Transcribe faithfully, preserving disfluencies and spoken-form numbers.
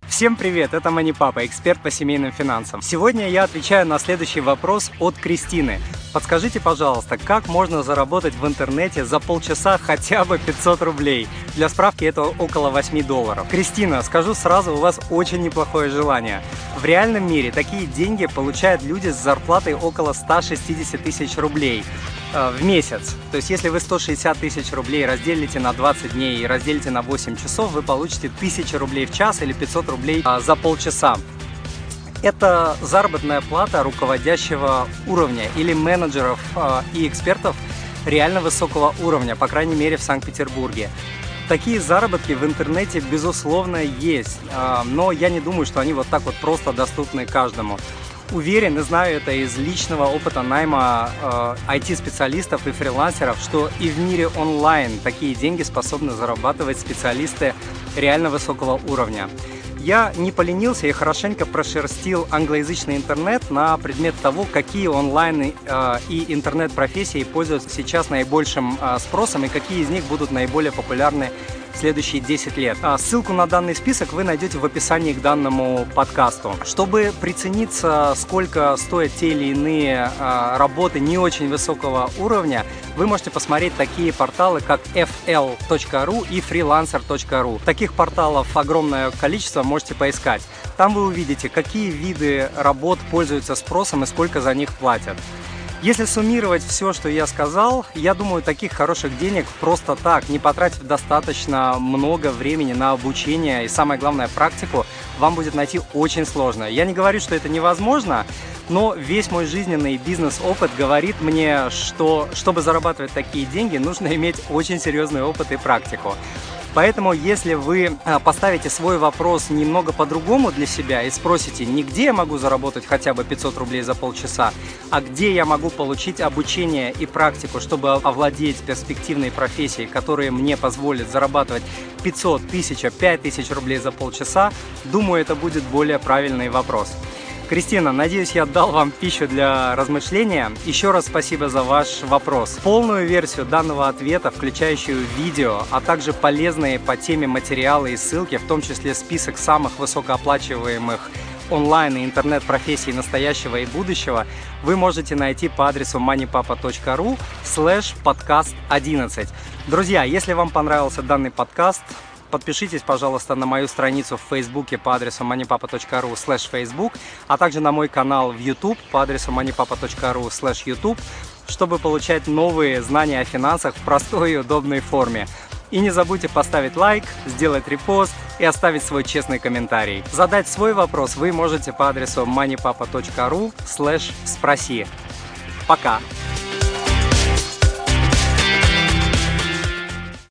Всем привет, это MoneyPapa, эксперт по семейным финансам. Сегодня я отвечаю на следующий вопрос от Кристины. Подскажите, пожалуйста, как можно заработать в интернете за полчаса хотя бы пятьсот рублей? Для справки это около восьми долларов. Кристина, скажу сразу, у вас очень неплохое желание. В реальном мире такие деньги получают люди с зарплатой около ста шестидесяти тысяч рублей э, в месяц. То есть если вы сто шестьдесят тысяч рублей разделите на двадцать дней и разделите на восемь часов, вы получите тысячу рублей в час или пятьсот рублей э, за полчаса. Это заработная плата руководящего уровня или менеджеров э, и экспертов реально высокого уровня, по крайней мере в Санкт-Петербурге. Такие заработки в интернете, безусловно, есть, э, но я не думаю, что они вот так вот просто доступны каждому. Уверен и знаю это из личного опыта найма э, ай ти-специалистов и фрилансеров, что и в мире онлайн такие деньги способны зарабатывать специалисты реально высокого уровня. Я не поленился и хорошенько прошерстил англоязычный интернет на предмет того, какие онлайн э, и интернет-профессии пользуются сейчас наибольшим э, спросом и какие из них будут наиболее популярны в следующие десять лет. А ссылку на данный список вы найдете в описании к данному подкасту. Чтобы прицениться, сколько стоят те или иные э, работы не очень высокого уровня, вы можете посмотреть такие порталы, как эф эл точка ру и фрилансер точка ру. Таких порталов огромное количество, можете поискать. Там вы увидите, какие виды работ пользуются спросом и сколько за них платят. Если суммировать все, что я сказал, я думаю, таких хороших денег просто так, не потратив достаточно много времени на обучение и, самое главное, практику, вам будет найти очень сложно. Я не говорю, что это невозможно, но весь мой жизненный бизнес-опыт говорит мне, что чтобы зарабатывать такие деньги, нужно иметь очень серьезный опыт и практику. Поэтому, если вы поставите свой вопрос немного по-другому для себя и спросите, не где я могу заработать хотя бы пятьсот рублей за полчаса, а где я могу получить обучение и практику, чтобы овладеть перспективной профессией, которая мне позволит зарабатывать пятьсот, тысяча, пять тысяч рублей за полчаса, думаю, это будет более правильный вопрос. Кристина, надеюсь, я дал вам пищу для размышления. Еще раз спасибо за ваш вопрос. Полную версию данного ответа, включающую видео, а также полезные по теме материалы и ссылки, в том числе список самых высокооплачиваемых онлайн и интернет-профессий настоящего и будущего, вы можете найти по адресу moneypapa точка ру слэш подкаст одиннадцать. Друзья, если вам понравился данный подкаст, подпишитесь, пожалуйста, на мою страницу в Фейсбуке по адресу moneypapa точка ру слэш фейсбук, а также на мой канал в YouTube по адресу moneypapa точка ру слэш ютуб, чтобы получать новые знания о финансах в простой и удобной форме. И не забудьте поставить лайк, сделать репост и оставить свой честный комментарий. Задать свой вопрос вы можете по адресу moneypapa точка ру слэш спроси. Пока!